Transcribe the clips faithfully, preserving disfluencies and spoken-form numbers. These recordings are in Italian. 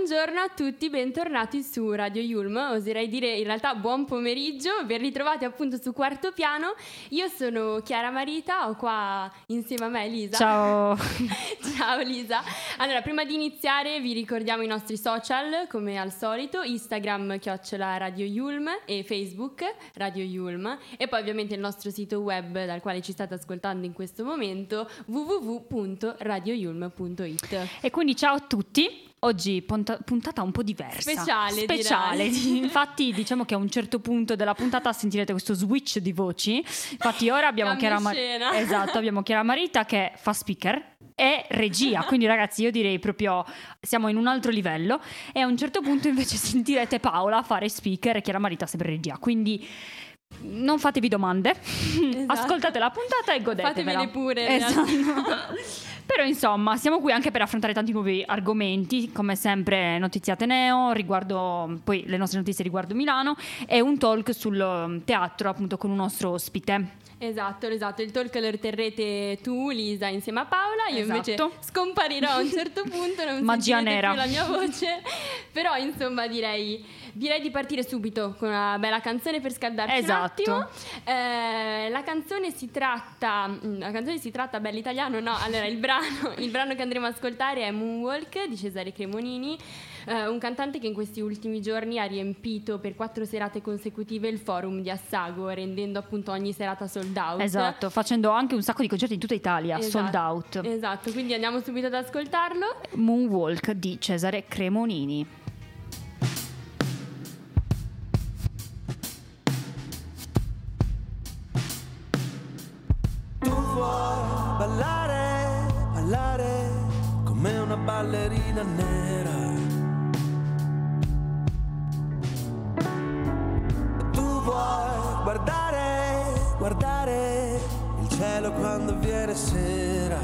Buongiorno a tutti, bentornati su Radio Yulm, oserei dire in realtà buon pomeriggio, ben ritrovati appunto su Quarto Piano. Io sono Chiara Marita, ho qua insieme a me Lisa. Ciao. Ciao Lisa. Allora, prima di iniziare vi ricordiamo i nostri social, come al solito, Instagram chiocciola Radio Yulm e Facebook Radio Yulm, e poi ovviamente il nostro sito web dal quale ci state ascoltando in questo momento, w w w punto radio yulm punto i t. E quindi ciao a tutti. Oggi punta- puntata un po' diversa, speciale, speciale. direi. Infatti diciamo che a un certo punto della puntata sentirete questo switch di voci. Infatti ora abbiamo Chiara, Mar- esatto, abbiamo Chiara Marita che fa speaker e regia, quindi ragazzi io direi proprio siamo in un altro livello, e a un certo punto invece sentirete Paola fare speaker e Chiara Marita sempre regia, quindi non fatevi domande, esatto. Ascoltate la puntata e godetevela. Fatevene pure, esatto. Però insomma siamo qui anche per affrontare tanti nuovi argomenti, come sempre notizie Ateneo riguardo, poi le nostre notizie riguardo Milano, e un talk sul teatro appunto con un nostro ospite. Esatto, esatto, il talk lo terrete tu, Lisa, insieme a Paola. Io esatto. invece scomparirò a un certo punto, non magia sentirete nera più la mia voce. Però insomma direi, direi di partire subito con una bella canzone per scaldarci esatto. un attimo. Eh, la canzone si tratta, la canzone si tratta, beh l'italiano no, allora il brano, il brano che andremo ad ascoltare è Moonwalk di Cesare Cremonini. Uh, un cantante che in questi ultimi giorni ha riempito per quattro serate consecutive il forum di Assago, rendendo appunto ogni serata sold out. Esatto, facendo anche un sacco di concerti in tutta Italia, esatto, sold out. Esatto, quindi andiamo subito ad ascoltarlo. Moonwalk di Cesare Cremonini. Tu vuoi ballare, ballare come una ballerina nera. Vuoi guardare, guardare il cielo quando viene sera.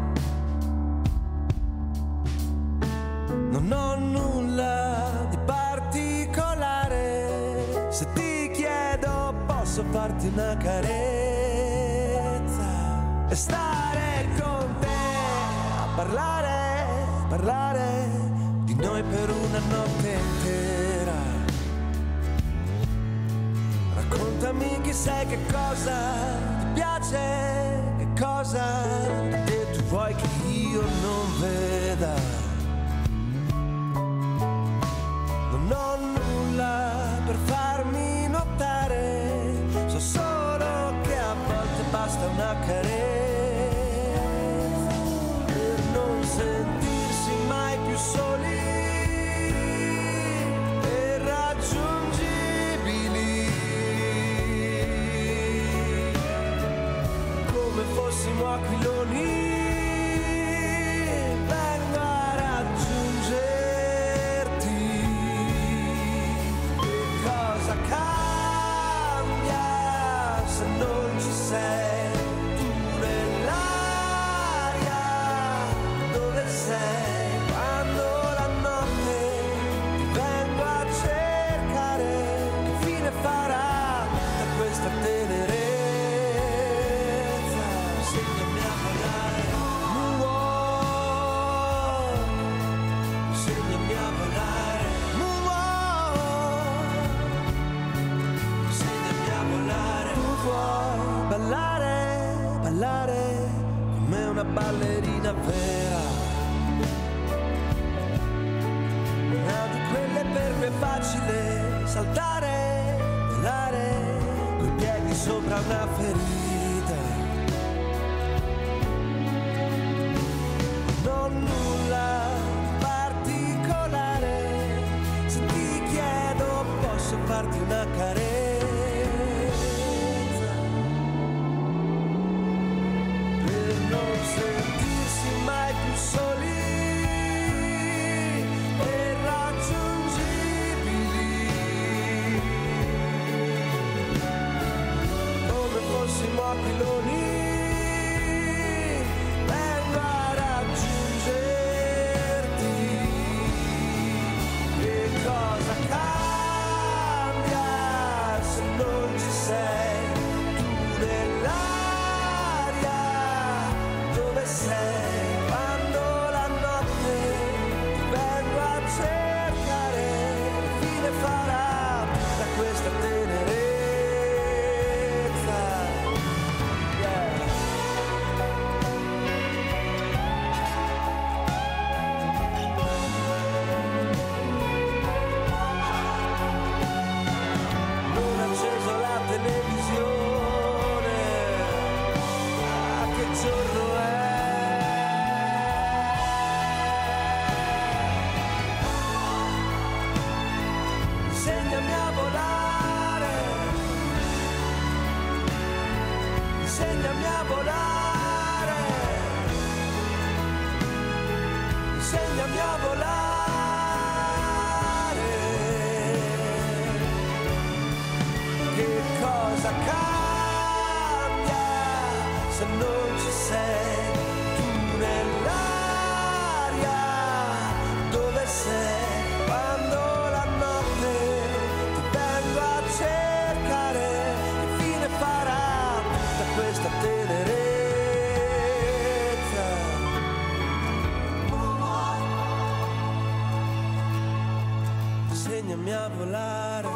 Non ho nulla di particolare, se ti chiedo posso farti una carezza e stare con te a parlare, parlare di noi per una notte intera. Raccontami chi sei, che cosa ti piace, che cosa di te tu vuoi che io non veda. Non ho nulla per farmi notare, so solo che a volte basta una carezza per non sentirsi mai più soli e raggiungibili. Fossimo aquiloni, vengo a raggiungerti. Che cosa cambia se non ci sei? Tu nell'aria, dove sei? Quando la notte ti vengo a cercare, che fine farà da questa tenerezza? Ballerina vera, una di quelle per cui è facile saltare, volare, coi piedi sopra una ferita. Non nulla particolare, se ti chiedo posso farti una carezza. Sentirsi mai più soli e raggiungibili, come fossimo aquiloni, vengo a raggiungerti. Che cosa cambia se non ci sei? Tu nell'aria, sei quando la notte ti vengo a cercare. insegnami a volare, insegnami a volare. Che cosa cambia se non ci sei tu nell'aria? Dove sei quando la notte ti vengo a cercare? Che fine farà tutta questa tenerezza? Insegnami a volare,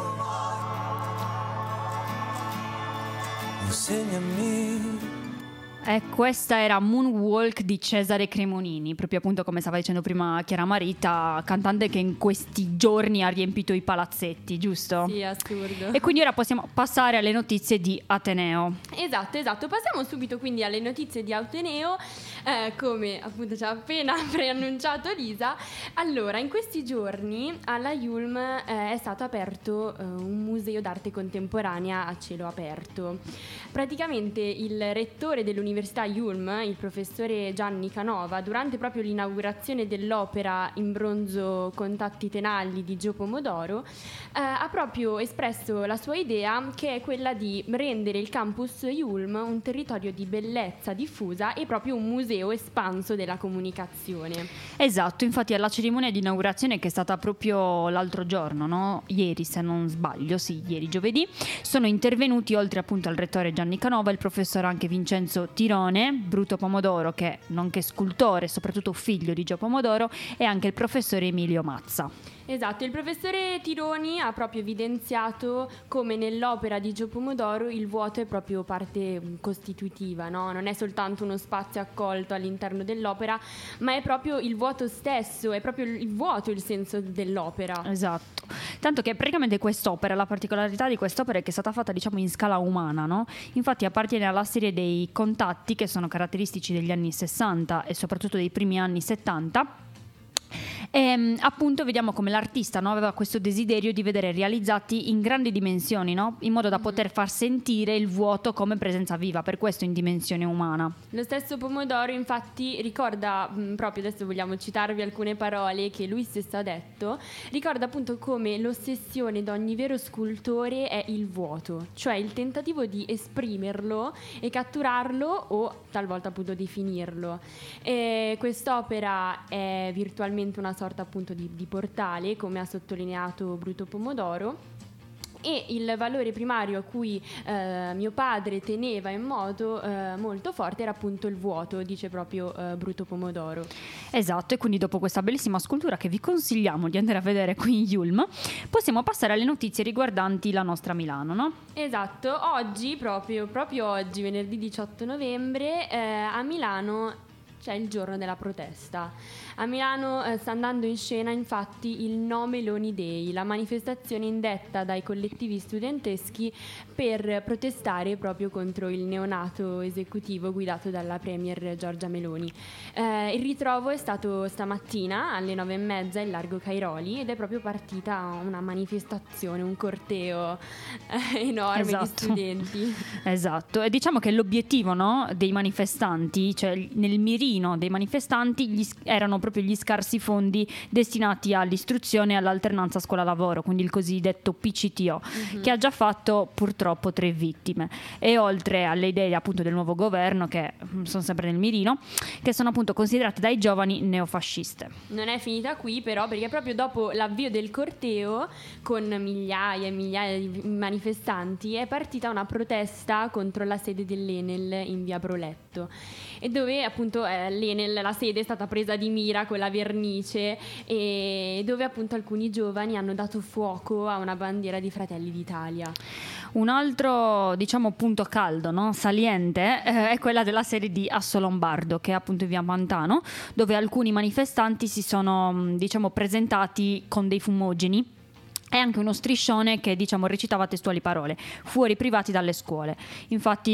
insegnami. E questa era Moonwalk di Cesare Cremonini, proprio appunto come stava dicendo prima Chiara Marita, cantante che in questi giorni ha riempito i palazzetti, giusto? Sì, assurdo. E quindi ora possiamo passare alle notizie di Ateneo. Esatto, esatto. Passiamo subito quindi alle notizie di Ateneo, eh, come appunto ci ha appena preannunciato Lisa. Allora, in questi giorni alla Yulm eh, è stato aperto eh, un museo d'arte contemporanea a cielo aperto. Praticamente il rettore dell'Università Yulm, il professore Gianni Canova, durante proprio l'inaugurazione dell'opera in bronzo Contatti Tenalli di Gio Pomodoro, eh, ha proprio espresso la sua idea, che è quella di rendere il campus Yulm un territorio di bellezza diffusa e proprio un museo espanso della comunicazione. Esatto, infatti alla cerimonia di inaugurazione, che è stata proprio l'altro giorno, no? Ieri se non sbaglio, sì, ieri giovedì, sono intervenuti oltre appunto al rettore Gianni Canova il professor anche Vincenzo Tirone, Bruto Pomodoro, che nonché scultore, soprattutto figlio di Gio Pomodoro, e anche il professore Emilio Mazza. Esatto, il professore Tironi ha proprio evidenziato come nell'opera di Gio Pomodoro il vuoto è proprio parte costitutiva, no? Non è soltanto uno spazio accolto all'interno dell'opera, ma è proprio il vuoto stesso, è proprio il vuoto il senso dell'opera. Esatto, tanto che praticamente quest'opera, la particolarità di quest'opera è che è stata fatta diciamo in scala umana, no? Infatti appartiene alla serie dei contatti che sono caratteristici degli anni sessanta e soprattutto dei primi anni settanta. E appunto vediamo come l'artista, no, aveva questo desiderio di vedere realizzati in grandi dimensioni, no? In modo da mm-hmm. poter far sentire il vuoto come presenza viva, per questo in dimensione umana. Lo stesso Pomodoro infatti ricorda, mh, proprio adesso vogliamo citarvi alcune parole che lui stesso ha detto, ricorda appunto come l'ossessione di ogni vero scultore è il vuoto, cioè il tentativo di esprimerlo e catturarlo o talvolta appunto definirlo. E quest'opera è virtualmente una sorta appunto di, di portale, come ha sottolineato Bruto Pomodoro, e il valore primario a cui eh, mio padre teneva in modo eh, molto forte era appunto il vuoto, dice proprio eh, Bruto Pomodoro. Esatto, e quindi dopo questa bellissima scultura che vi consigliamo di andare a vedere qui in Yulm, possiamo passare alle notizie riguardanti la nostra Milano, no? Esatto, oggi, proprio, proprio oggi, venerdì diciotto novembre, eh, a Milano c'è il giorno della protesta. A Milano eh, sta andando in scena infatti il No Meloni Day, la manifestazione indetta dai collettivi studenteschi per protestare proprio contro il neonato esecutivo guidato dalla premier Giorgia Meloni. Eh, il ritrovo è stato stamattina alle nove e mezza in largo Cairoli ed è proprio partita una manifestazione, un corteo eh, enorme esatto. di studenti. Esatto, e diciamo che l'obiettivo, no, dei manifestanti, cioè nel mirino dei manifestanti gli, erano proprio gli scarsi fondi destinati all'istruzione e all'alternanza scuola-lavoro, quindi il cosiddetto P C T O, mm-hmm. che ha già fatto purtroppo tre vittime, e oltre alle idee appunto del nuovo governo, che sono sempre nel mirino, che sono appunto considerate dai giovani neofasciste. Non è finita qui però, perché proprio dopo l'avvio del corteo con migliaia e migliaia di manifestanti è partita una protesta contro la sede dell'Enel in via Broletto, e dove appunto eh, l'Enel, la sede è stata presa di mira con la vernice, e dove appunto alcuni giovani hanno dato fuoco a una bandiera di Fratelli d'Italia. Un altro, diciamo, punto caldo, no? saliente, eh, è quella della sede di Assolombardo, che è appunto in via Pantano, dove alcuni manifestanti si sono, diciamo, presentati con dei fumogeni e anche uno striscione che, diciamo, recitava testuali parole: fuori privati dalle scuole. Infatti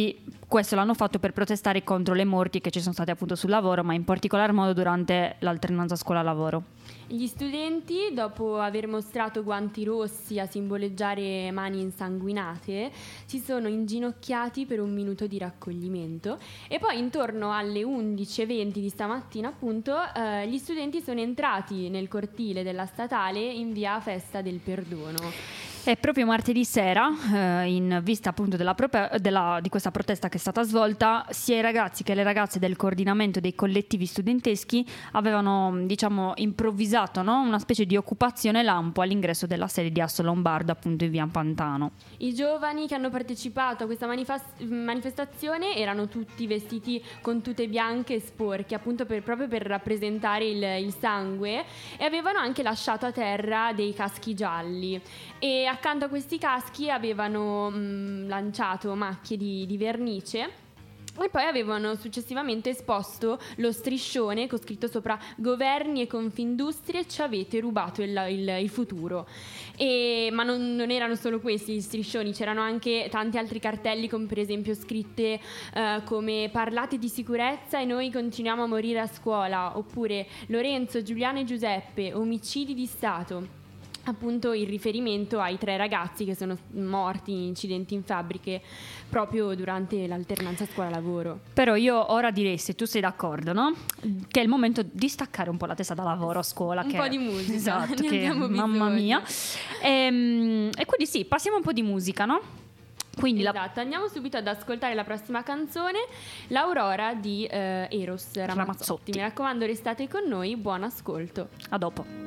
questo l'hanno fatto per protestare contro le morti che ci sono state appunto sul lavoro, ma in particolar modo durante l'alternanza scuola-lavoro. Gli studenti, dopo aver mostrato guanti rossi a simboleggiare mani insanguinate, si sono inginocchiati per un minuto di raccoglimento e poi intorno alle undici e venti di stamattina appunto eh, gli studenti sono entrati nel cortile della statale in via Festa del Perdono. E proprio martedì sera, eh, in vista appunto della, della, di questa protesta che è stata svolta, sia i ragazzi che le ragazze del coordinamento dei collettivi studenteschi avevano, diciamo, improvvisato, no? una specie di occupazione lampo all'ingresso della sede di Asso Lombardo, appunto in via Pantano. I giovani che hanno partecipato a questa manifest- manifestazione erano tutti vestiti con tute bianche e sporche, appunto per, proprio per rappresentare il, il sangue, e avevano anche lasciato a terra dei caschi gialli. E accanto a questi caschi avevano mh, lanciato macchie di, di vernice e poi avevano successivamente esposto lo striscione con scritto sopra: governi e Confindustrie, ci avete rubato il, il, il futuro. E, ma non, non erano solo questi gli striscioni, c'erano anche tanti altri cartelli, come per esempio scritte uh, come parlate di sicurezza e noi continuiamo a morire a scuola, oppure Lorenzo, Giuliano e Giuseppe, omicidi di Stato. Appunto il riferimento ai tre ragazzi che sono morti in incidenti in fabbriche proprio durante l'alternanza scuola-lavoro. Però io ora direi, se tu sei d'accordo, no? Che è il momento di staccare un po' la testa da lavoro, scuola. Un che... po' di musica, esatto, ne che abbiamo bisogno. Mamma mia. E, e quindi sì, passiamo un po' di musica, no? Quindi esatto, la... andiamo subito ad ascoltare la prossima canzone, L'Aurora di eh, Eros Ramazzotti. Ramazzotti. Mi raccomando, restate con noi, buon ascolto. A dopo.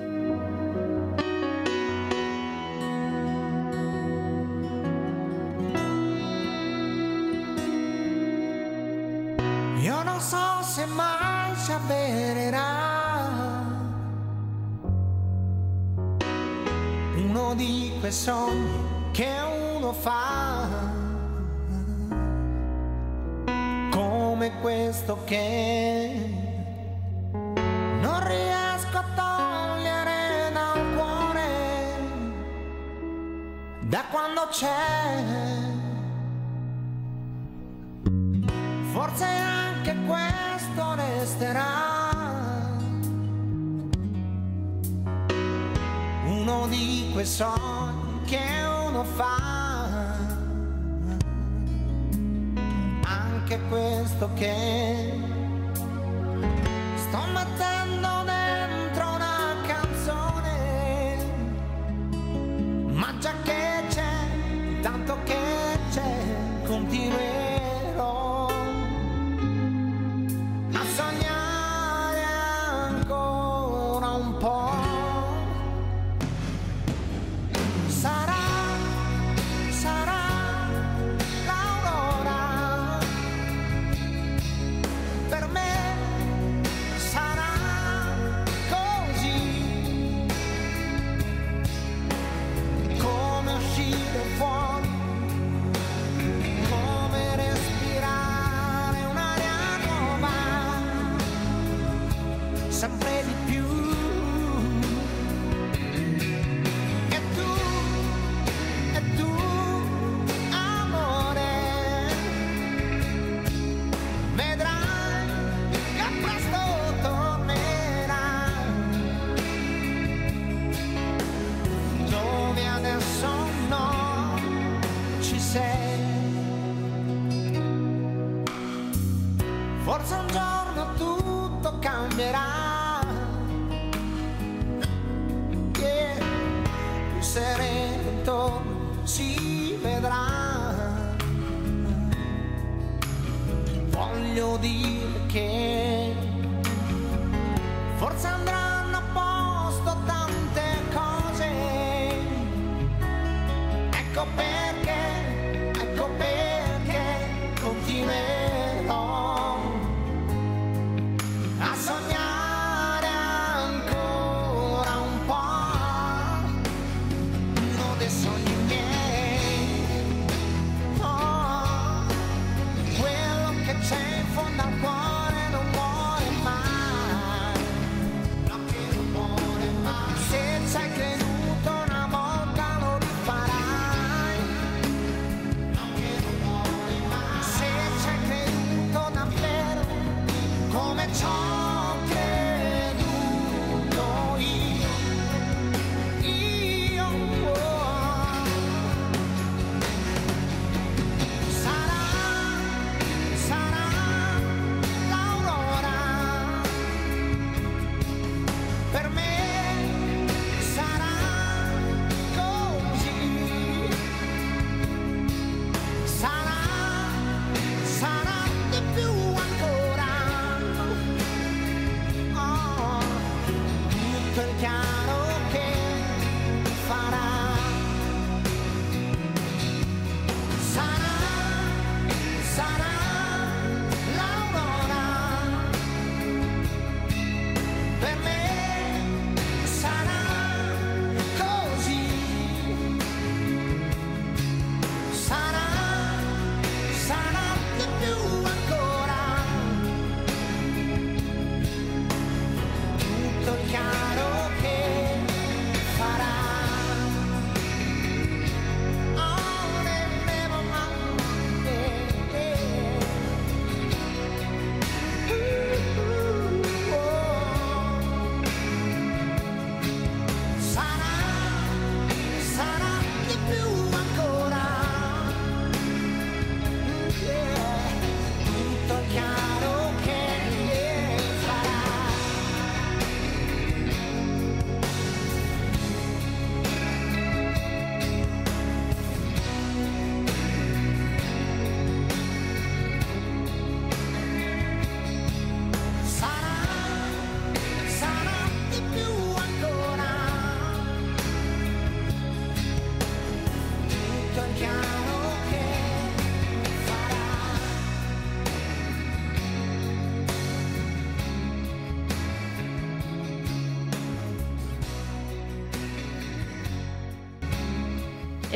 Io non so se mai ci avvererà uno di quei sogni che uno fa, come questo che non riesco a togliere dal cuore da quando c'è. Forse anche questo resterà uno di quei sogni che uno fa, anche questo che sto mettendo dentro una canzone, ma già che c'è, tanto che c'è, continuerò a sognare ancora un po'. Sarà, sarà l'aurora, per me sarà così, come uscire fuori, come respirare un'aria nuova, sempre di più. E tu, e tu, amore, vedrai che presto tornerai, dove adesso no ci sei. Forse un giorno tutto cambierà, yeah, più sereno intorno si vedrà. Voglio dire che forse andranno a posto tante cose, ecco perché, ecco perché continuerò a sognare ancora un po', uno dei sogni miei, oh, quello che c'è in fondo al cuore non muore mai, no,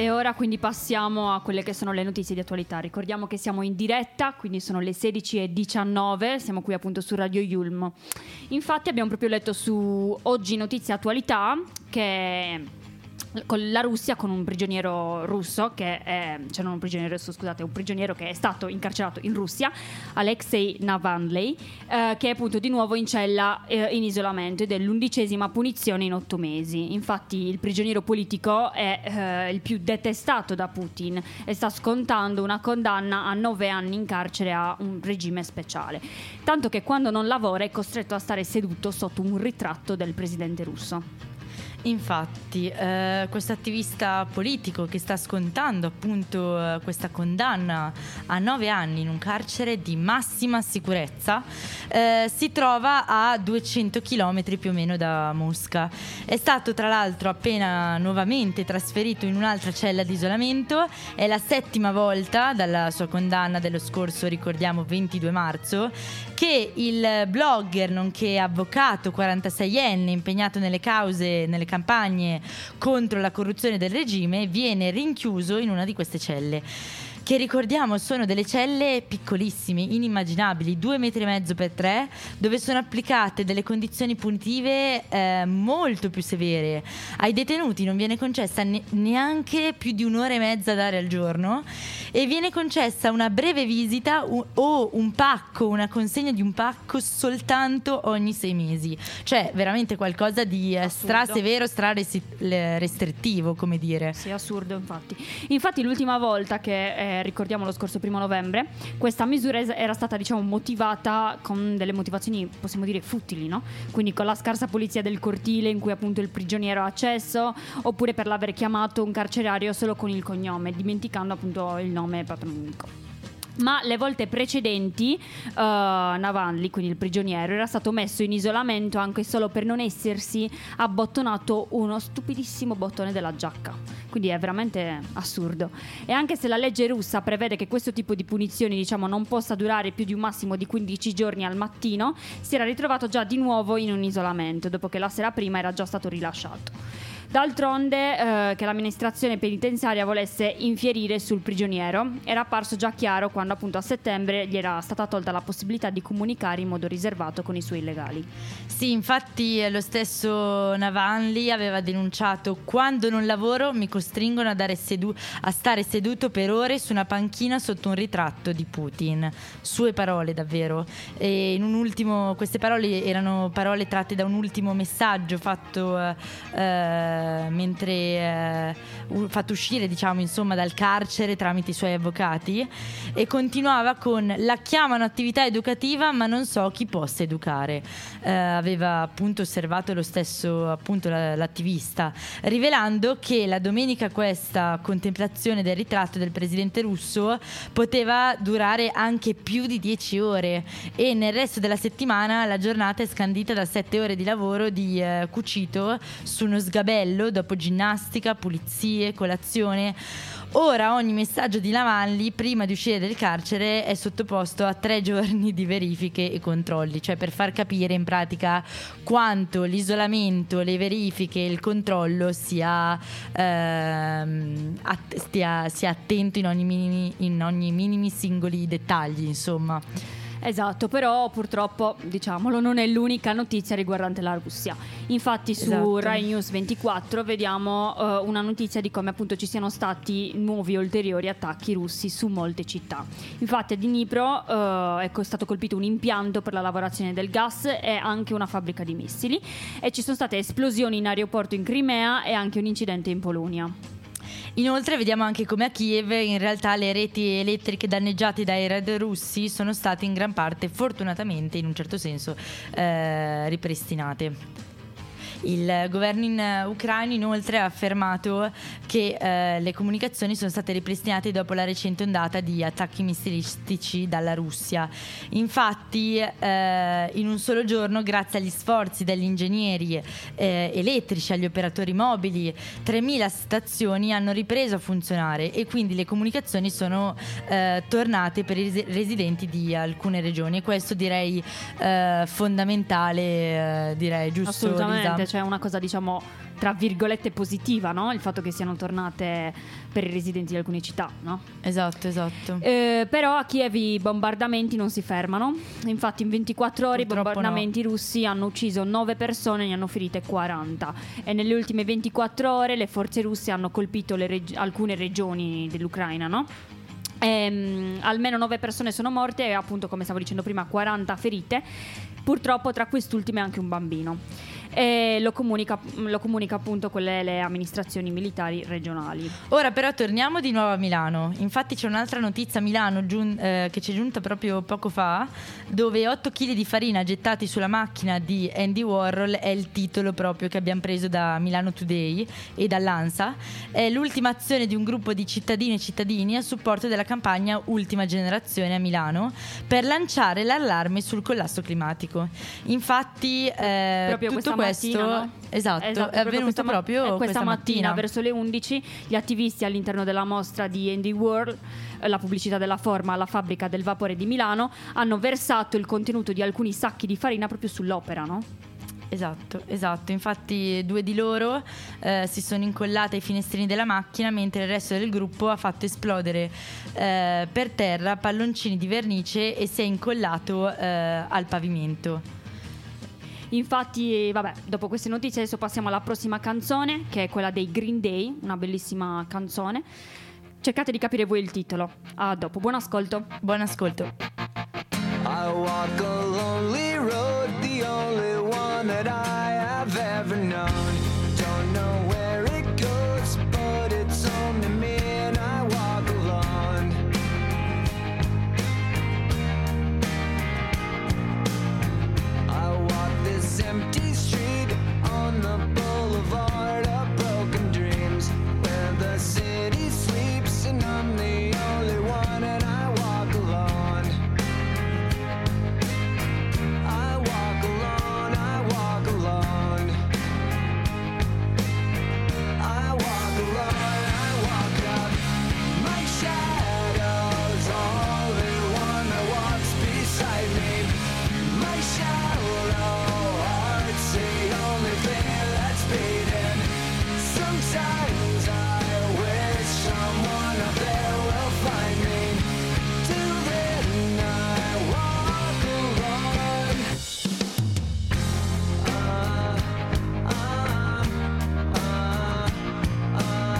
E ora quindi passiamo a quelle che sono le notizie di attualità. Ricordiamo che siamo in diretta, quindi sono le sedici e diciannove, siamo qui appunto su Radio Yulm. Infatti abbiamo proprio letto su Oggi Notizie Attualità che con la Russia, con un prigioniero russo che è, cioè non un prigioniero russo, scusate, un prigioniero che è stato incarcerato in Russia, Alexei Navalny, eh, che è appunto di nuovo in cella eh, in isolamento ed è l'undicesima punizione in otto mesi. Infatti il prigioniero politico è eh, il più detestato da Putin e sta scontando una condanna a nove anni in carcere a un regime speciale, tanto che quando non lavora è costretto a stare seduto sotto un ritratto del presidente russo. Infatti, eh, questo attivista politico che sta scontando appunto eh, questa condanna a nove anni in un carcere di massima sicurezza eh, si trova a duecento chilometri più o meno da Mosca. È stato tra l'altro appena nuovamente trasferito in un'altra cella di isolamento. È la settima volta dalla sua condanna dello scorso, ricordiamo, ventidue marzo, che il blogger nonché avvocato quarantaseienne impegnato nelle cause, nelle campagne contro la corruzione del regime, viene rinchiuso in una di queste celle, che ricordiamo sono delle celle piccolissime, inimmaginabili, due metri e mezzo per tre, dove sono applicate delle condizioni punitive eh, molto più severe. Ai detenuti non viene concessa ne- neanche più di un'ora e mezza dare al giorno e viene concessa una breve visita u- o un pacco, una consegna di un pacco soltanto ogni sei mesi. Cioè veramente qualcosa di eh, stra severo, stra resi- restrittivo, come dire. Sì, assurdo infatti. Infatti l'ultima volta che eh, ricordiamo lo scorso primo novembre, questa misura era stata diciamo motivata con delle motivazioni possiamo dire futili, no? Quindi con la scarsa pulizia del cortile in cui appunto il prigioniero ha accesso, oppure per l'aver chiamato un carcerario solo con il cognome, dimenticando appunto il nome patronimico. Ma le volte precedenti uh, Navalny, quindi il prigioniero, era stato messo in isolamento anche solo per non essersi abbottonato uno stupidissimo bottone della giacca. Quindi è veramente assurdo. E anche se la legge russa prevede che questo tipo di punizioni diciamo non possa durare più di un massimo di quindici giorni al mattino, si era ritrovato già di nuovo in un isolamento dopo che la sera prima era già stato rilasciato. D'altronde eh, che l'amministrazione penitenziaria volesse infierire sul prigioniero era apparso già chiaro quando appunto a settembre gli era stata tolta la possibilità di comunicare in modo riservato con i suoi legali. Sì, infatti lo stesso Navalny aveva denunciato: quando non lavoro mi costringono a, dare sedu- a stare seduto per ore su una panchina sotto un ritratto di Putin. Sue parole davvero. E in un ultimo, queste parole erano parole tratte da un ultimo messaggio fatto eh, eh, mentre eh, fatto uscire diciamo insomma dal carcere tramite i suoi avvocati, e continuava con: la chiamano attività educativa ma non so chi possa educare. Eh, aveva appunto osservato lo stesso appunto la, l'attivista, rivelando che la domenica questa contemplazione del ritratto del presidente russo poteva durare anche più di dieci ore e nel resto della settimana la giornata è scandita da sette ore di lavoro di eh, cucito su uno sgabello dopo ginnastica, pulizie, colazione. Ora ogni messaggio di Navalny prima di uscire del carcere è sottoposto a tre giorni di verifiche e controlli, cioè per far capire in pratica quanto l'isolamento, le verifiche e il controllo sia, ehm, att- stia, sia attento in ogni minimi, in ogni minimi singoli dettagli, insomma. Esatto, però purtroppo, diciamolo, non è l'unica notizia riguardante la Russia. Infatti su Esatto. Rai News ventiquattro vediamo uh, una notizia di come appunto ci siano stati nuovi ulteriori attacchi russi su molte città. Infatti a Dnipro uh, è stato colpito un impianto per la lavorazione del gas e anche una fabbrica di missili, e ci sono state esplosioni in aeroporto in Crimea e anche un incidente in Polonia. Inoltre vediamo anche come a Kiev in realtà le reti elettriche danneggiate dai raid russi sono state in gran parte, fortunatamente in un certo senso, eh, ripristinate. Il governo in ucraino inoltre ha affermato che eh, le comunicazioni sono state ripristinate dopo la recente ondata di attacchi missilistici dalla Russia. Infatti eh, in un solo giorno, grazie agli sforzi degli ingegneri eh, elettrici, agli operatori mobili, tremila stazioni hanno ripreso a funzionare e quindi le comunicazioni sono eh, tornate per i res- residenti di alcune regioni, e questo direi eh, fondamentale, eh, direi giusto, assolutamente, Lisa? c'è una cosa, diciamo, tra virgolette positiva, no? Il fatto che siano tornate per i residenti di alcune città, no? Esatto, esatto. Eh, però a Kiev i bombardamenti non si fermano. Infatti in ventiquattro ore Purtroppo i bombardamenti no. russi hanno ucciso nove persone e ne hanno ferite quaranta. E nelle ultime ventiquattro ore le forze russe hanno colpito le reg- alcune regioni dell'Ucraina, no? Ehm, almeno nove persone sono morte e, appunto, come stavo dicendo prima, quaranta ferite. Purtroppo tra quest'ultime anche un bambino. E lo comunica, lo comunica appunto con le, le amministrazioni militari regionali. Ora però torniamo di nuovo a Milano. Infatti c'è un'altra notizia a Milano giun- eh, che ci è giunta proprio poco fa, dove otto chili di farina gettati sulla macchina di Andy Warhol è il titolo proprio che abbiamo preso da Milano Today e dall'ANSA. È l'ultima azione di un gruppo di cittadine e cittadini a supporto della campagna Ultima Generazione a Milano per lanciare l'allarme sul collasso climatico. Infatti eh, proprio tutto questa questo mattina, no? esatto, Esatto, è avvenuto questa, proprio eh, questa, questa mattina, mattina verso le undici. Gli attivisti all'interno della mostra di Andy Warhol, eh, la pubblicità della forma alla fabbrica del vapore di Milano, hanno versato il contenuto di alcuni sacchi di farina proprio sull'opera, no? Esatto, esatto. Infatti due di loro eh, si sono incollate ai finestrini della macchina, mentre il resto del gruppo ha fatto esplodere eh, per terra palloncini di vernice e si è incollato eh, al pavimento. Infatti, vabbè, dopo queste notizie adesso passiamo alla prossima canzone, che è quella dei Green Day, una bellissima canzone. Cercate di capire voi il titolo. A dopo, buon ascolto. Buon ascolto. I walk a lonely road, the only one that I have ever known. Don't know where it goes, but it's home to me and I walk alone. I walk this empty street on the boulevard of broken dreams, where the city sleeps and I'm the only one and I walk alone. I walk alone, I walk alone. I walk alone, I walk up. My shadow's only one that walks beside me. My shallow heart's the only thing that's beating. Sometimes I wish someone up there will find me. Till then I walk alone. Uh, uh, uh, uh,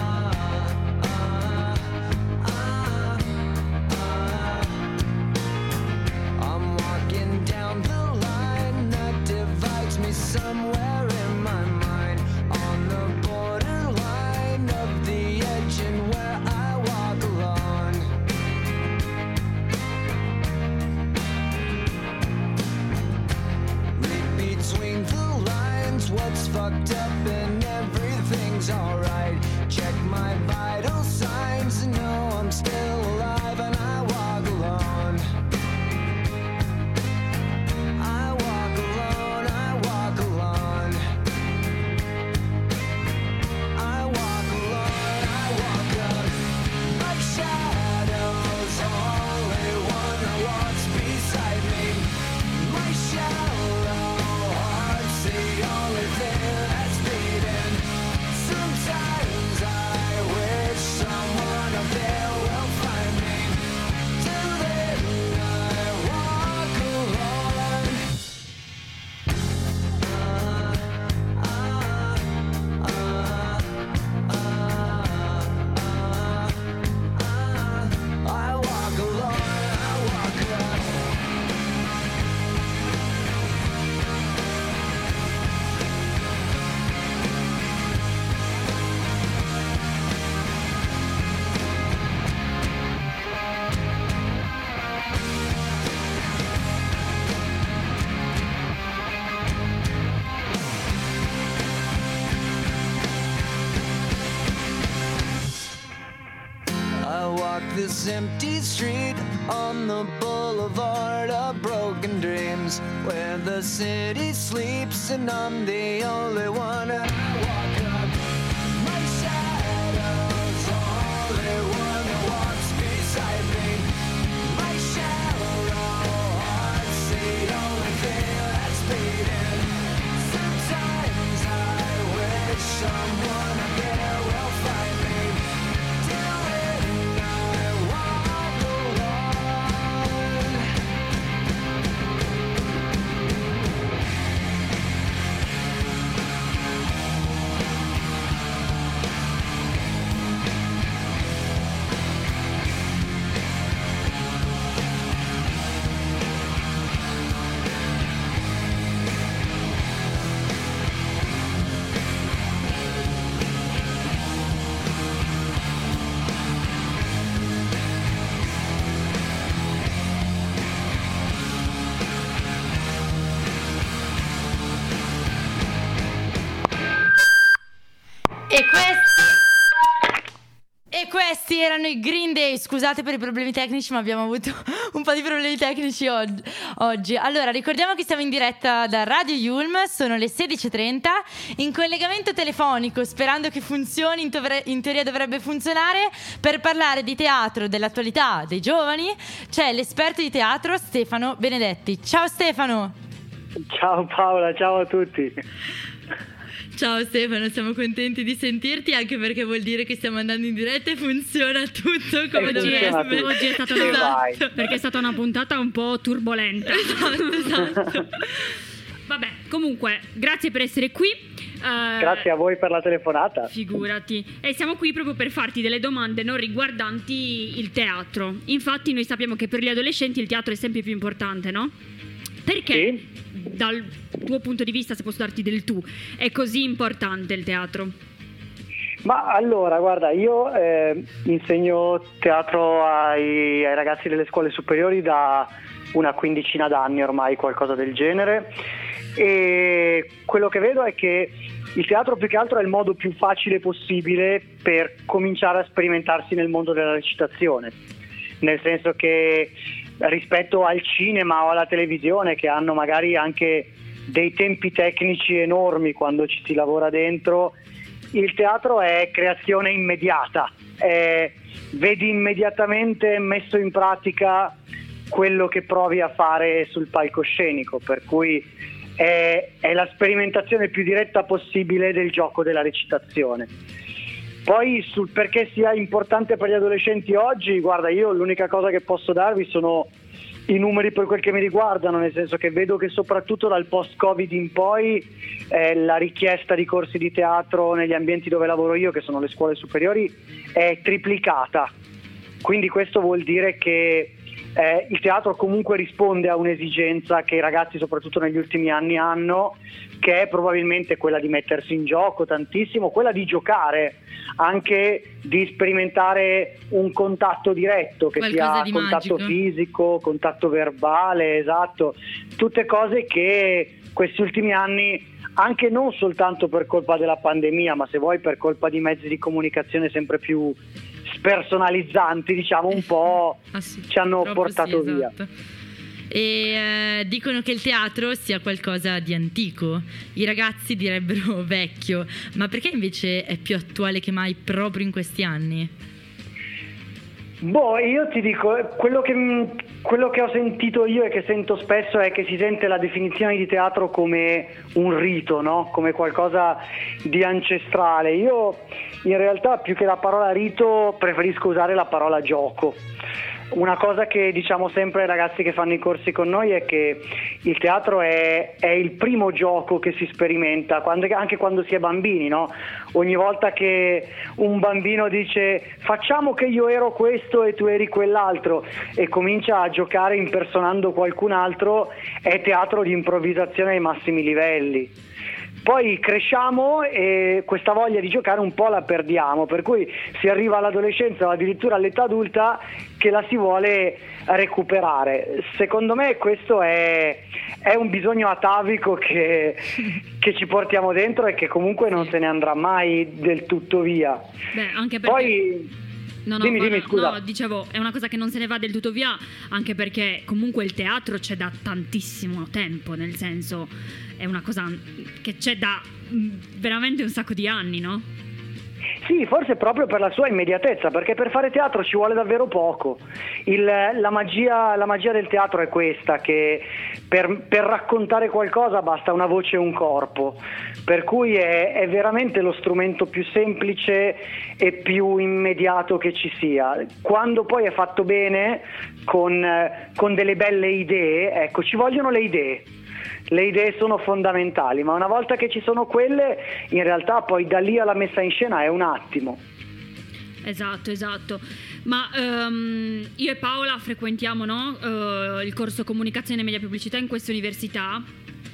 uh, uh. I'm walking down the line that divides me somewhere in my mind, on the borderline of the edge and where I walk alone. Read between the lines what's fucked up and everything's alright. Check my vital signs and know I'm still alive and I walk alone. I walk alone, I walk alone. I walk alone, I walk up. My shadow's only one that walks beside me. My shallow heart's the only thing that's beating. Sometimes I wish someone up there will find me. Till then I walk alone. Uh, uh, uh, uh, uh, I walk alone, I walk alone. I walk this empty street on the boulevard of broken dreams, where the city sleeps and I'm the only one and I walk up. My shadow's only one that walks beside me. My shallow heart's the only thing that's beating. Sometimes I erano i Green Day. Scusate per i problemi tecnici, ma abbiamo avuto un po' di problemi tecnici oggi. Allora, ricordiamo che siamo in diretta da Radio Yulm, sono le sedici e trenta, in collegamento telefonico, sperando che funzioni, in, tovre- in teoria dovrebbe funzionare, per parlare di teatro, dell'attualità, dei giovani. C'è l'esperto di teatro Stefano Benedetti. Ciao Stefano. Ciao Paola, ciao a tutti. Ciao Stefano, siamo contenti di sentirti, anche perché vuol dire che stiamo andando in diretta e funziona tutto come e dovrebbe. Tutto. Oggi è stata una, esatto. perché è stata una puntata un po' turbolenta. Esatto, esatto. Vabbè, comunque, grazie per essere qui. Uh, grazie a voi per la telefonata. Figurati. E siamo qui proprio per farti delle domande non riguardanti il teatro. Infatti noi sappiamo che per gli adolescenti il teatro è sempre più importante, no? Perché sì. Dal tuo punto di vista, se posso darti del tu, è così importante il teatro? Ma allora, guarda, io eh, insegno teatro ai, ai ragazzi delle scuole superiori da una quindicina d'anni ormai, qualcosa del genere, e quello che vedo è che il teatro più che altro è il modo più facile possibile per cominciare a sperimentarsi nel mondo della recitazione, nel senso che rispetto al cinema o alla televisione, che hanno magari anche dei tempi tecnici enormi quando ci si lavora dentro, il teatro è creazione immediata, è, vedi immediatamente messo in pratica quello che provi a fare sul palcoscenico, per cui è, è la sperimentazione più diretta possibile del gioco della recitazione. Poi sul perché sia importante per gli adolescenti oggi, guarda, io l'unica cosa che posso darvi sono i numeri per quel che mi riguardano, nel senso che vedo che soprattutto dal post-Covid in poi eh, la richiesta di corsi di teatro negli ambienti dove lavoro io, che sono le scuole superiori, è triplicata. Quindi questo vuol dire che eh, il teatro comunque risponde a un'esigenza che i ragazzi soprattutto negli ultimi anni hanno, che è probabilmente quella di mettersi in gioco tantissimo, quella di giocare, anche di sperimentare un contatto diretto, che qualcosa sia contatto magico. Fisico, contatto verbale, esatto, tutte cose che questi ultimi anni, anche non soltanto per colpa della pandemia, ma se vuoi per colpa di mezzi di comunicazione sempre più spersonalizzanti, diciamo, un po' ah, sì, ci hanno portato sì, via. esatto. E eh, dicono che il teatro sia qualcosa di antico, i ragazzi direbbero vecchio, ma perché invece è più attuale che mai proprio in questi anni? Boh, io ti dico, quello che, quello che ho sentito io e che sento spesso è che si sente la definizione di teatro come un rito, no? Come qualcosa di ancestrale. Io in realtà più che la parola rito preferisco usare la parola gioco. Una cosa che diciamo sempre ai ragazzi che fanno i corsi con noi è che il teatro è, è il primo gioco che si sperimenta, quando, anche quando si è bambini, no? Ogni volta che un bambino dice facciamo che io ero questo e tu eri quell'altro e comincia a giocare impersonando qualcun altro, è teatro di improvvisazione ai massimi livelli. Poi cresciamo e questa voglia di giocare un po' la perdiamo, per cui si arriva all'adolescenza o addirittura all'età adulta che la si vuole recuperare. Secondo me questo è, è un bisogno atavico che, che ci portiamo dentro e che comunque non se ne andrà mai del tutto via. Beh, anche perché... Poi... No, no, dimmi, dimmi, scusa. No, dicevo, è una cosa che non se ne va del tutto via, anche perché comunque il teatro c'è da tantissimo tempo, nel senso è una cosa che c'è da veramente un sacco di anni, no? Sì, forse proprio per la sua immediatezza, perché per fare teatro ci vuole davvero poco. Il, la, magia, la magia del teatro è questa, che per, per raccontare qualcosa basta una voce e un corpo, per cui è, è veramente lo strumento più semplice e più immediato che ci sia. Quando poi è fatto bene, con, con delle belle idee, ecco, ci vogliono le idee. Le idee sono fondamentali, ma una volta che ci sono quelle, in realtà poi da lì alla messa in scena è un attimo. Esatto, esatto. Ma um, io e Paola frequentiamo, no, uh, il corso Comunicazione e Media Pubblicità in questa università.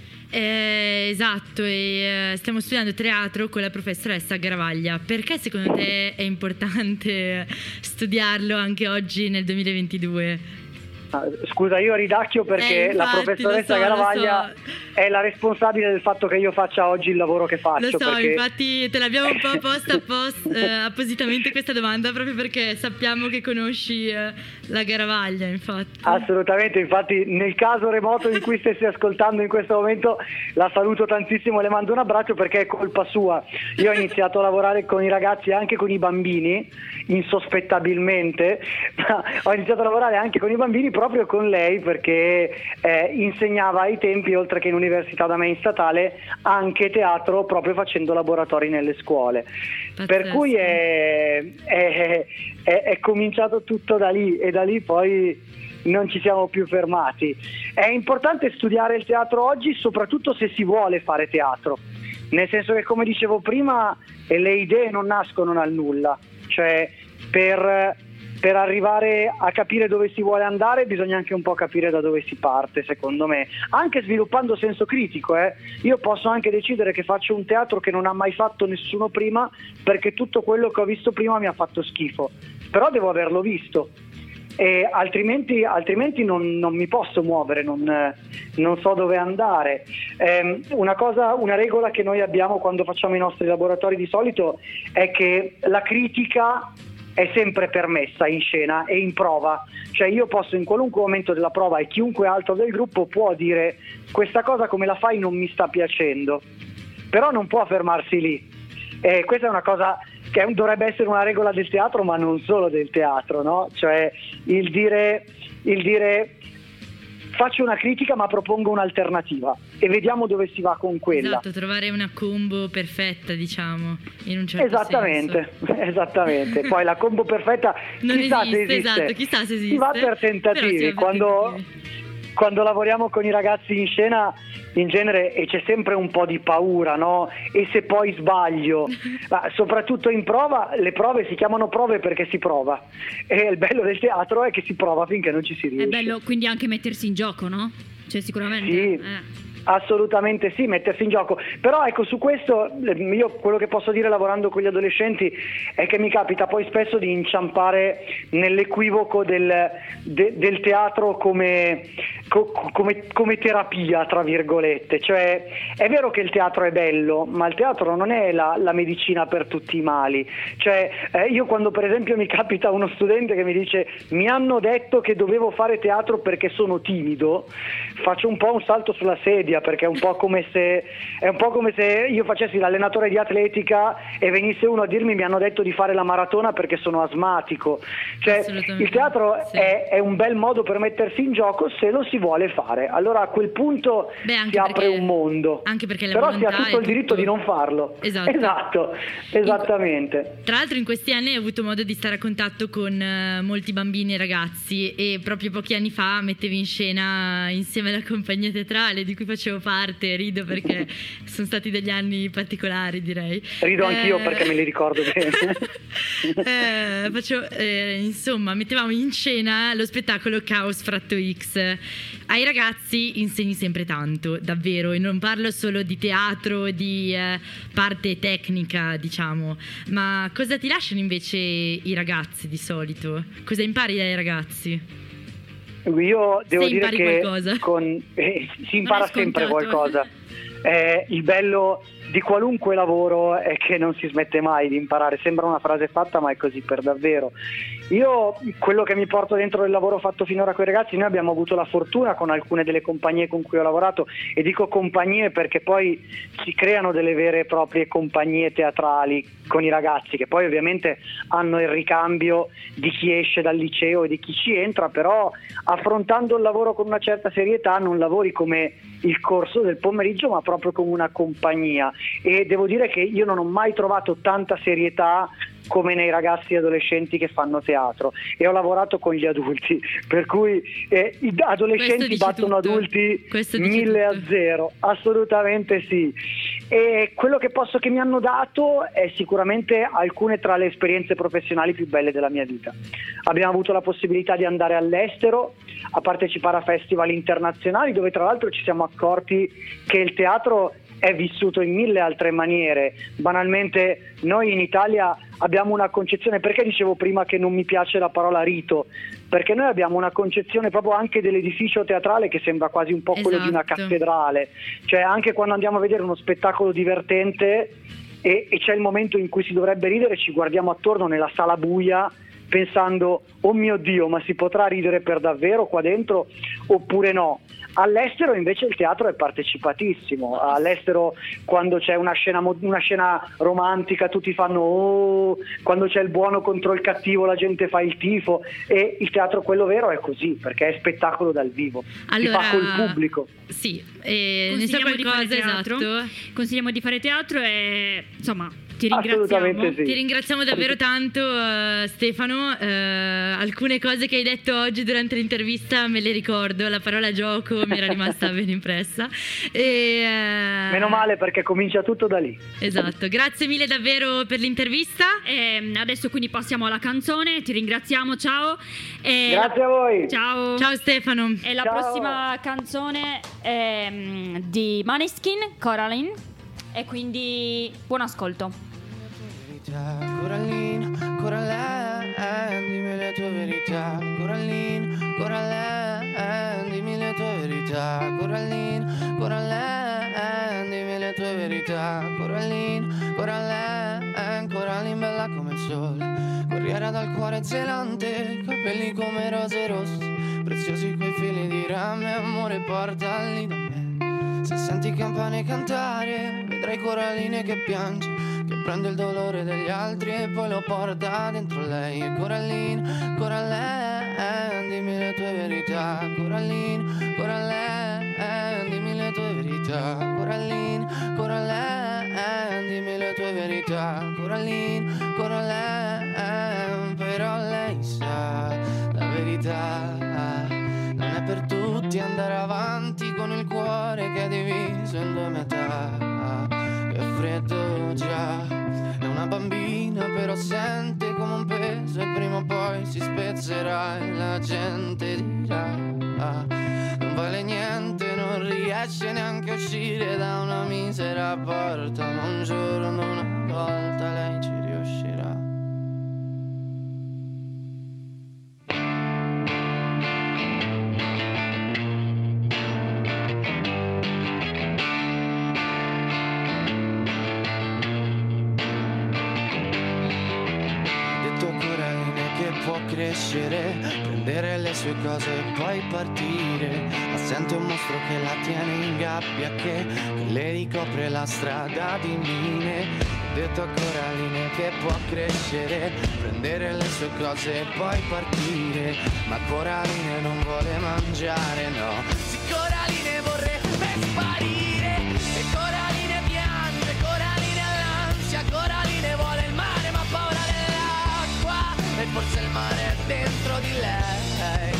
Eh, esatto, e eh, stiamo studiando teatro con la professoressa Garavaglia. Perché secondo te è importante studiarlo anche oggi nel duemilaventidue? Scusa, io ridacchio perché eh, infatti, la professoressa so, Garavaglia so. è la responsabile del fatto che io faccia oggi il lavoro che faccio. Lo so, perché... infatti te l'abbiamo un po' posta appost, eh, appositamente questa domanda proprio perché sappiamo che conosci eh, la Garavaglia, infatti. Assolutamente, infatti nel caso remoto in cui stessi ascoltando in questo momento la saluto tantissimo e le mando un abbraccio perché è colpa sua. Io ho iniziato a lavorare con i ragazzi e anche con i bambini, insospettabilmente, ma ho iniziato a lavorare anche con i bambini proprio con lei perché eh, insegnava ai tempi, oltre che in università da me in statale, anche teatro proprio facendo laboratori nelle scuole. Pazzesco. Per cui è, è, è, è cominciato tutto da lì e da lì poi non ci siamo più fermati. È importante studiare il teatro oggi, soprattutto se si vuole fare teatro, nel senso che, come dicevo prima, le idee non nascono dal nulla, cioè per, per arrivare a capire dove si vuole andare bisogna anche un po' capire da dove si parte, secondo me, anche sviluppando senso critico. eh. Io posso anche decidere che faccio un teatro che non ha mai fatto nessuno prima perché tutto quello che ho visto prima mi ha fatto schifo, però devo averlo visto. E altrimenti, altrimenti non, non mi posso muovere, non, non so dove andare. Eh, una cosa, una regola che noi abbiamo quando facciamo i nostri laboratori di solito è che la critica è sempre permessa in scena e in prova, cioè io posso in qualunque momento della prova e chiunque altro del gruppo può dire questa cosa come la fai non mi sta piacendo, però non può fermarsi lì. E questa è una cosa che dovrebbe essere una regola del teatro, ma non solo del teatro, no? Cioè il dire, il dire faccio una critica ma propongo un'alternativa e vediamo dove si va con quella. Esatto, trovare una combo perfetta, diciamo, in un certo esattamente, senso. Esattamente. Poi la combo perfetta non chissà esiste, se esiste. esatto, chissà se esiste. Si va per tentativi. Si va per Quando, tentativi. quando lavoriamo con i ragazzi in scena, in genere, e c'è sempre un po' di paura, no? E se poi sbaglio, ma soprattutto in prova, le prove si chiamano prove perché si prova, e il bello del teatro è che si prova finché non ci si riesce. È bello quindi anche mettersi in gioco, no? Cioè sicuramente. Sì. Eh. Assolutamente sì, mettersi in gioco, però ecco, su questo io quello che posso dire lavorando con gli adolescenti è che mi capita poi spesso di inciampare nell'equivoco del, de, del teatro come, co, come, come terapia, tra virgolette. Cioè è vero che il teatro è bello, ma il teatro non è la, la medicina per tutti i mali. Cioè eh, io quando per esempio mi capita uno studente che mi dice mi hanno detto che dovevo fare teatro perché sono timido, faccio un po' un salto sulla sedia, perché è un po' come se è un po' come se io facessi l'allenatore di atletica e venisse uno a dirmi mi hanno detto di fare la maratona perché sono asmatico. Cioè il teatro sì. è, è un bel modo per mettersi in gioco se lo si vuole fare, allora a quel punto Beh, si apre un mondo, anche perché la però si ha volontà tutto è il diritto tutto... di non farlo. Esatto, esatto, esattamente. Tra l'altro in questi anni hai avuto modo di stare a contatto con uh, molti bambini e ragazzi e proprio pochi anni fa mettevi in scena insieme alla compagnia teatrale di cui facevo parte, rido perché sono stati degli anni particolari, direi. Rido anch'io eh... perché me li ricordo bene. eh, faccio, eh, insomma, mettevamo in scena lo spettacolo Caos Fratto X. Ai ragazzi insegni sempre tanto, davvero, e non parlo solo di teatro, di eh, parte tecnica, diciamo, ma cosa ti lasciano invece i ragazzi di solito? Cosa impari dai ragazzi? Io devo Se dire che qualcosa. Con, eh, si impara sempre scontato. qualcosa. Eh, il bello di qualunque lavoro è che non si smette mai di imparare. Sembra una frase fatta, ma è così per davvero. Io quello che mi porto dentro del lavoro fatto finora con i ragazzi, noi abbiamo avuto la fortuna con alcune delle compagnie con cui ho lavorato, e dico compagnie perché poi si creano delle vere e proprie compagnie teatrali con i ragazzi, che poi ovviamente hanno il ricambio di chi esce dal liceo e di chi ci entra, però affrontando il lavoro con una certa serietà non lavori come il corso del pomeriggio, ma proprio come una compagnia. E devo dire che io non ho mai trovato tanta serietà come nei ragazzi e adolescenti che fanno teatro, e ho lavorato con gli adulti, per cui eh, i adolescenti battono tutto. adulti tutto. mille a zero, assolutamente sì. E quello che posso che mi hanno dato è sicuramente alcune tra le esperienze professionali più belle della mia vita. Abbiamo avuto la possibilità di andare all'estero a partecipare a festival internazionali, dove tra l'altro ci siamo accorti che il teatro è vissuto in mille altre maniere. Banalmente noi in Italia abbiamo una concezione, perché dicevo prima che non mi piace la parola rito, perché noi abbiamo una concezione proprio anche dell'edificio teatrale che sembra quasi un po' Esatto. quello di una cattedrale, cioè anche quando andiamo a vedere uno spettacolo divertente e, e c'è il momento in cui si dovrebbe ridere, ci guardiamo attorno nella sala buia pensando oh mio Dio, ma si potrà ridere per davvero qua dentro oppure no? All'estero invece il teatro è partecipatissimo, all'estero quando c'è una scena, una scena romantica tutti fanno oh, quando c'è il buono contro il cattivo la gente fa il tifo, e il teatro quello vero è così, perché è spettacolo dal vivo, Allora, si fa col pubblico. Sì, eh, ne so Consigliamo di fare qualcosa, teatro. esatto. Consigliamo di fare teatro e insomma ti Assolutamente ringraziamo. sì. Ti ringraziamo davvero tanto, eh, Stefano. Eh, alcune cose che hai detto oggi durante l'intervista me le ricordo, la parola gioco mi era rimasta ben impressa. E, eh, Meno male, perché comincia tutto da lì. Esatto, grazie mille davvero per l'intervista. E adesso quindi passiamo alla canzone, ti ringraziamo, ciao. E Grazie a voi. Ciao. Ciao Stefano. E la Ciao. prossima canzone è mm, di Maneskin, Coraline. E quindi buon ascolto. Coraline, Coraline, dimmi le tue verità. Coraline, Coraline, dimmi le tue verità. Coraline, Coraline, dimmi le tue verità. Coraline, Coraline, Coraline bella come il sole, corriera dal cuore zelante, capelli come rose rosse, preziosi quei fili di rame, amore portali da me. Se senti campane cantare, vedrai Coraline che piange, che prende il dolore degli altri e poi lo porta dentro lei. E Coraline, Coraline, dimmi le tue verità. Coraline, Coraline, dimmi le tue verità. Coraline, Coraline, dimmi le tue verità. Coraline, Coraline, però lei sa la verità. Non è per tutti andare avanti con il cuore che è diviso in due metà. Che freddo già, è una bambina però sente come un peso, e prima o poi si spezzerà e la gente dirà non vale niente, non riesce neanche a uscire da una misera porta, ma un giorno, una volta lei ci riuscirà. Crescere, prendere le sue cose e poi partire, ma sente un mostro che la tiene in gabbia, che, che le ricopre la strada di mine. Ho detto a Coraline che può crescere, prendere le sue cose e poi partire, ma Coraline non vuole mangiare, no. Sì, Coraline vorrebbe sparire, e Coraline piange, Coraline ha l'ansia, Coraline vuole il mare ma ha paura dell'acqua, e forse il mare è dentro di lei.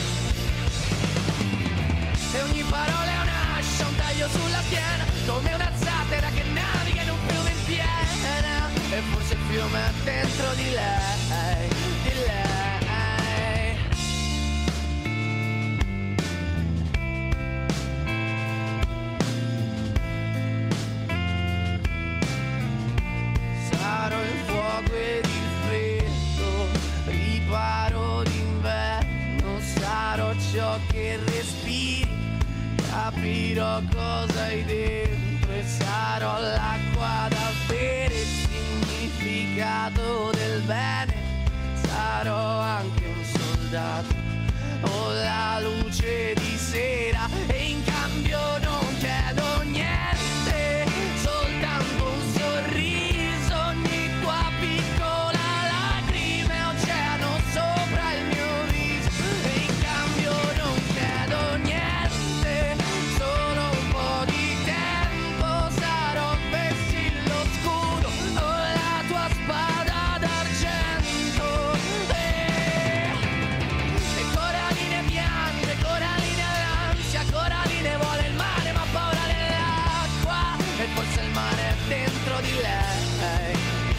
E ogni parola è un'ascia, un taglio sulla schiena, come una zattera che naviga in un fiume in piena. E forse il fiume è dentro di lei, di lei. Sarò il fuoco ed il freddo, riparo d'inverno, sarò ciò che respiri, capirò cosa hai dentro e sarò l'acqua da bere, il significato del bene, sarò anche un soldato o la luce di sera, e in cambio non chiedo niente, soltanto un sorriso, ogni tua piccola lacrima è oceano sopra il mio viso, e in cambio non chiedo niente, solo un po' di tempo, sarò vessillo scudo o la tua spada d'argento. E, e Coraline piange, Coraline ha l'ansia, Coraline vuole il mare ma ha paura dell'acqua, e forse il mare è dentro di lei.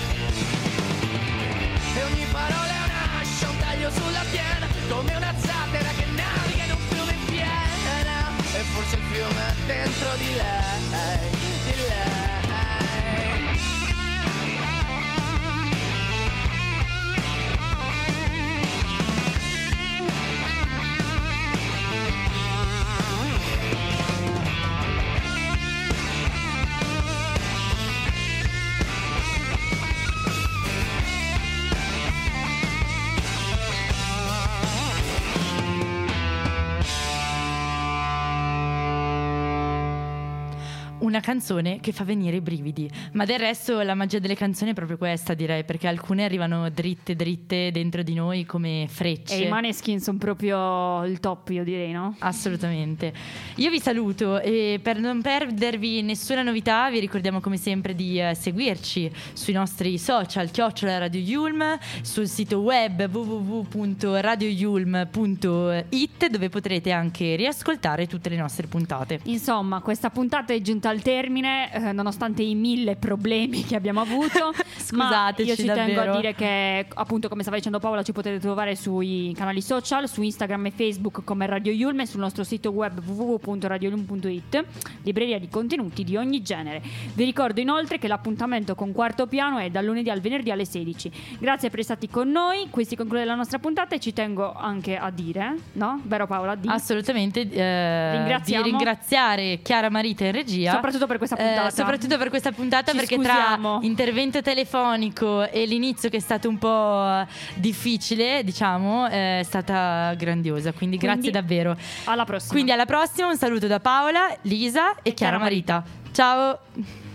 E ogni parola è un'ascia, un taglio sulla schiena, come una zattera che naviga in un fiume in piena, e forse il fiume è dentro di lei, di lei. una canzone che fa venire i brividi. Ma del resto la magia delle canzoni è proprio questa, direi, perché alcune arrivano dritte dritte dentro di noi come frecce. E i Maneskin sono proprio il top, io direi, no? Assolutamente. Io vi saluto e per non perdervi nessuna novità vi ricordiamo come sempre di eh, seguirci sui nostri social, chiocciola Radio Yulm, sul sito web w w w punto radio yulm punto i t, dove potrete anche riascoltare tutte le nostre puntate. Insomma, questa puntata è giunta al termine, eh, nonostante i mille problemi che abbiamo avuto. Scusateci, ma io ci davvero. tengo a dire che, appunto, come stava dicendo Paola, ci potete trovare sui canali social, su Instagram e Facebook come Radio Yulm, e sul nostro sito web w w w punto radio yulm punto i t, libreria di contenuti di ogni genere. Vi ricordo inoltre che l'appuntamento con Quarto Piano è dal lunedì al venerdì alle sedici. Grazie per essere stati con noi. Qui si conclude la nostra puntata e ci tengo anche a dire, no? Vero Paola? Di? Assolutamente, eh, Ringraziamo. di ringraziare Chiara Marita in regia, Soprattutto per questa puntata. Eh, soprattutto per questa puntata, Ci perché scusiamo. tra intervento telefonico e l'inizio, che è stato un po' difficile, diciamo, è stata grandiosa. Quindi, Quindi, grazie davvero. Alla prossima. Quindi alla prossima, un saluto da Paola, Lisa e, E Chiara Chiara Marita. Ciao.